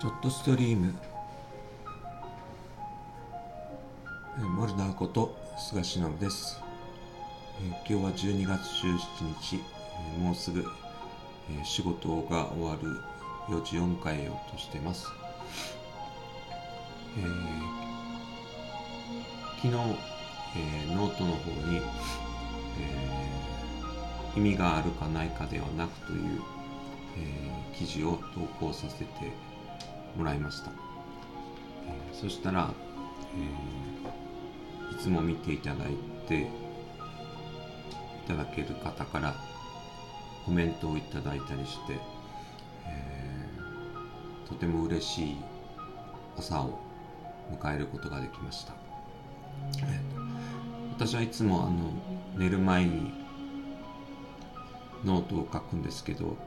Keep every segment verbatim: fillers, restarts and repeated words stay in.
ドットストリームモルダーこと菅忍です。今日はじゅうにがつじゅうしちにち、もうすぐ仕事が終わるよじを迎えようとしています。えー、昨日、えー、ノートの方に、えー、意味があるかないかではなくという、えー、記事を投稿させてもらいました。えー、そしたら、えー、いつも見ていただいていただける方からコメントをいただいたりして、えー、とても嬉しい朝を迎えることができました。えー、私はいつもあの寝る前にノートを書くんですけど、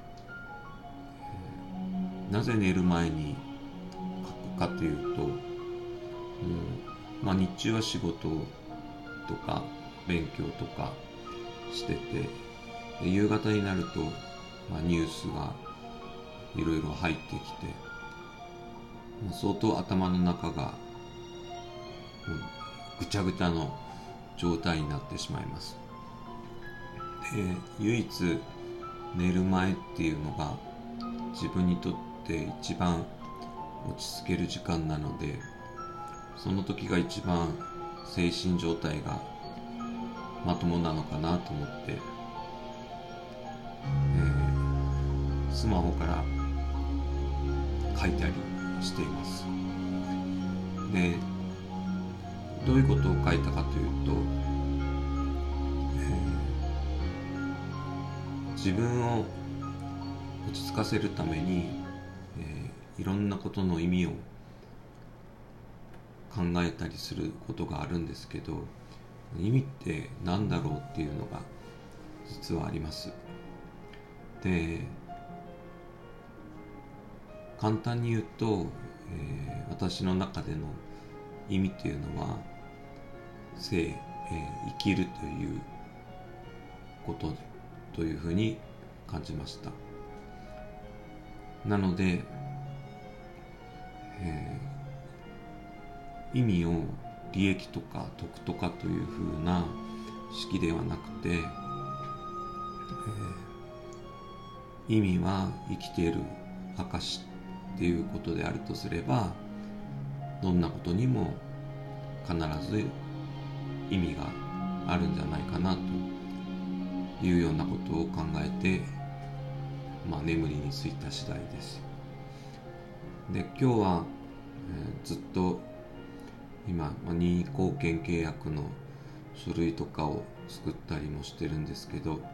えー、なぜ寝る前に書くかというと、うんまあ、日中は仕事とか勉強とかしてて、で夕方になると、まあ、ニュースがいろいろ入ってきて、まあ、相当頭の中が、うん、ぐちゃぐちゃの状態になってしまいます。で唯一寝る前っていうのが自分にとって一番落ち着ける時間なので、その時が一番精神状態がまともなのかなと思って、えー、スマホから書いたりしています。で、どういうことを書いたかというと、えー、自分を落ち着かせるために、えー、いろんなことの意味を考えたりすることがあるんですけど、意味って何だろうっていうのが実はあります。で、簡単に言うと、えー、私の中での意味っていうのは生、えー、生きるということというふうに感じました。なので、えー、意味を利益とか得とかというふうな式ではなくて、えー、意味は生きている証っていうことであるとすれば、どんなことにも必ず意味があるんじゃないかなというようなことを考えて、まあ、眠りについた次第です。で、今日は、えー、ずっと今、任意後見契約の書類とかを作ったりもしてるんですけど、えー、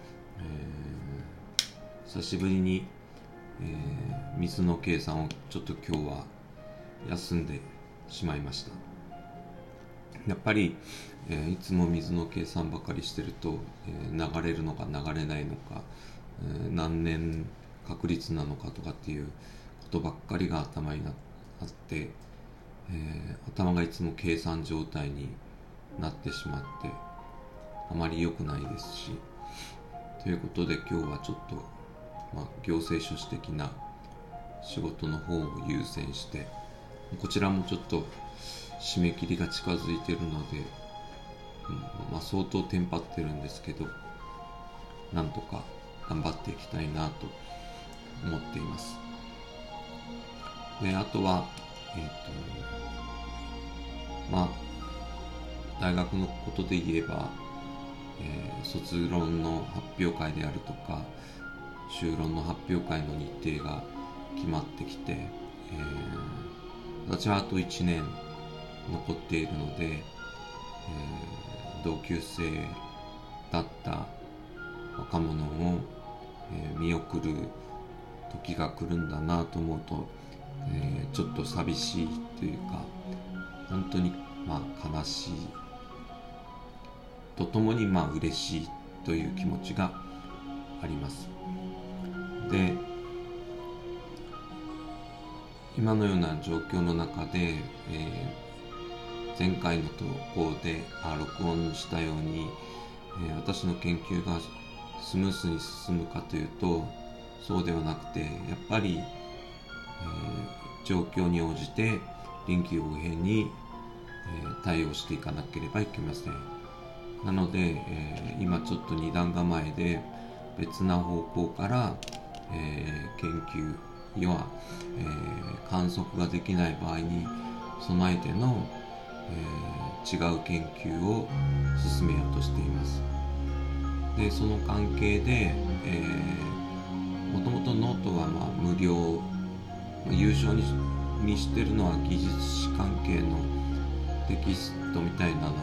久しぶりに、えー、水の計算をちょっと今日は休んでしまいました。やっぱり、えー、いつも水の計算ばかりしてると、えー、流れるのか流れないのか、えー、何年確率なのかとかっていうことばっかりが頭になってえー、頭がいつも計算状態になってしまってあまり良くないですし、ということで今日はちょっと、まあ、行政書士的な仕事の方を優先して、こちらもちょっと締め切りが近づいているので、うんまあ、相当テンパってるんですけど、なんとか頑張っていきたいなと思っています。で、あとはえーとまあ、大学のことで言えば、えー、卒論の発表会であるとか修論の発表会の日程が決まってきて、えー、私はあといちねん残っているので、えー、同級生だった若者を、えー、見送る時が来るんだなと思うと、えー、ちょっと寂しいというか、本当にまあ悲しいとともにまあ嬉しいという気持ちがあります。で、今のような状況の中で、えー、前回の投稿であ録音したように、えー、私の研究がスムースに進むかというとそうではなくて、やっぱり、えー状況に応じて臨機応変に、えー、対応していかなければいけません。なので、えー、今ちょっと二段構えで別な方向から、えー、研究要は、えー、観測ができない場合に備えての、えー、違う研究を進めようとしています。でその関係で、えー、もともとノートはまあ無料、有償ににしてるのは技術史関係のテキストみたいなのを、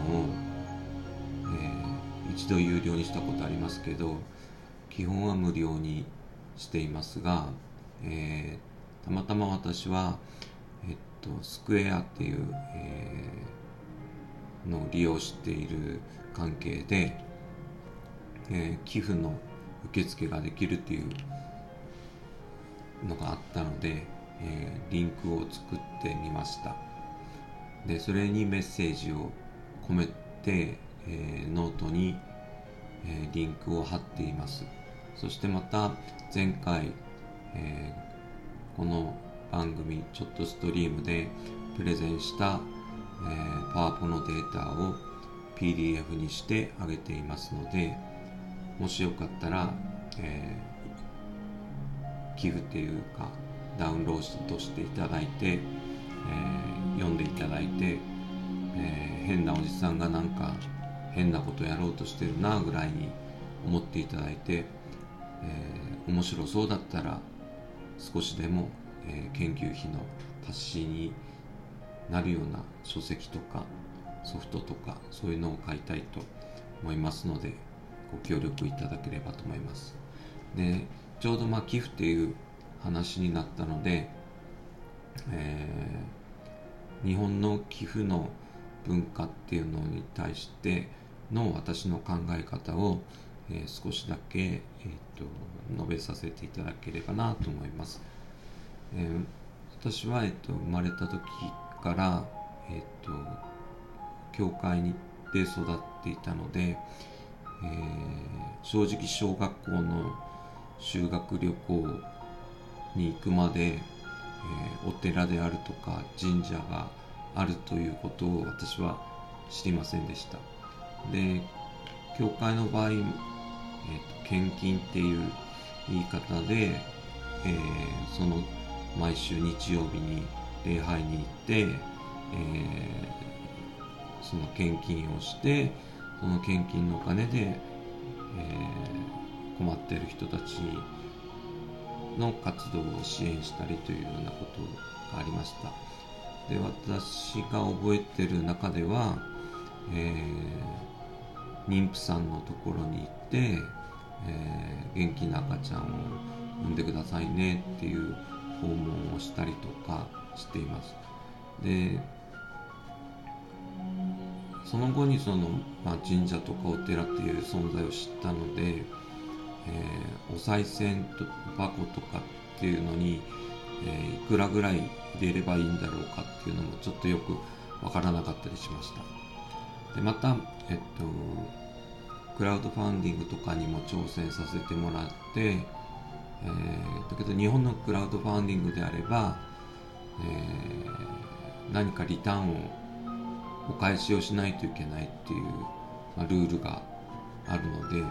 えー、一度有料にしたことありますけど、基本は無料にしていますが、えー、たまたま私は、えっと、スクエアっていう、えー、のを利用している関係で、えー、寄付の受付ができるっていうのがあったので、えー、リンクを作ってみました。でそれにメッセージを込めて、えー、ノートに、えー、リンクを貼っています。そしてまた前回、えー、この番組ちょっとストリームでプレゼンした、えー、パワポのデータを ピーディーエフ にしてあげていますので、もしよかったら、えー、寄付っていうかダウンロードしていただいて、えー、読んでいただいて、えー、変なおじさんがなんか変なことやろうとしてるなぐらいに思っていただいて、えー、面白そうだったら少しでも、えー、研究費の足しになるような書籍とかソフトとかそういうのを買いたいと思いますので、ご協力いただければと思います。でちょうどまあ寄付っていう話になったので、えー、日本の寄付の文化っていうのに対しての私の考え方を、えー、少しだけ、えー、と述べさせていただければなと思います。えー、私は、えー、と生まれた時から、えー、と教会にで育っていたので、えー、正直小学校の修学旅行に行くまで、えー、お寺であるとか神社があるということを私は知りませんでした。で教会の場合、えー、と献金っていう言い方で、えー、その毎週日曜日に礼拝に行って、えー、その献金をしてその献金のお金で、えー、困っている人たちの活動を支援したりというようなことがありました。で私が覚えている中では、えー、妊婦さんのところに行って、えー、元気な赤ちゃんを産んでくださいねっていう訪問をしたりとかしています。でその後にその、まあ、神社とかお寺っていう存在を知ったので、えー、お賽銭と箱とかっていうのに、えー、いくらぐらい入れればいいんだろうかっていうのもちょっとよくわからなかったりしました。でまた、えっと、クラウドファンディングとかにも挑戦させてもらって、えー、だけど日本のクラウドファンディングであれば、えー、何かリターンをお返しをしないといけないっていう、まあ、ルールがあるので、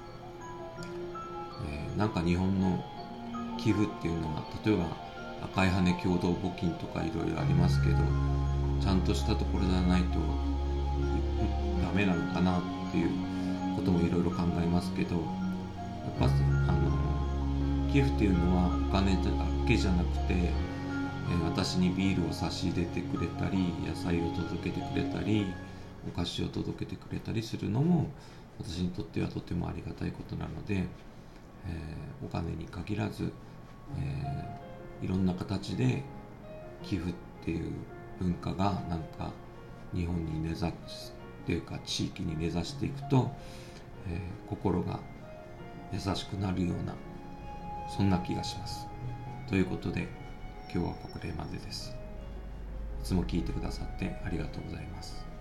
えー、なんか日本の寄付っていうのが例えば赤い羽共同募金とかいろいろありますけど、ちゃんとしたところじゃないとダメなのかなっていうこともいろいろ考えますけど、やっぱあの寄付っていうのはお金だけじゃなくて、私にビールを差し入れてくれたり野菜を届けてくれたりお菓子を届けてくれたりするのも私にとってはとてもありがたいことなので、えー、お金に限らず、えー、いろんな形で寄付っていう文化がなんか日本に根ざすっていうか地域に根ざしていくと、えー、心が優しくなるようなそんな気がします。ということで今日はこれまでです。いつも聞いてくださってありがとうございます。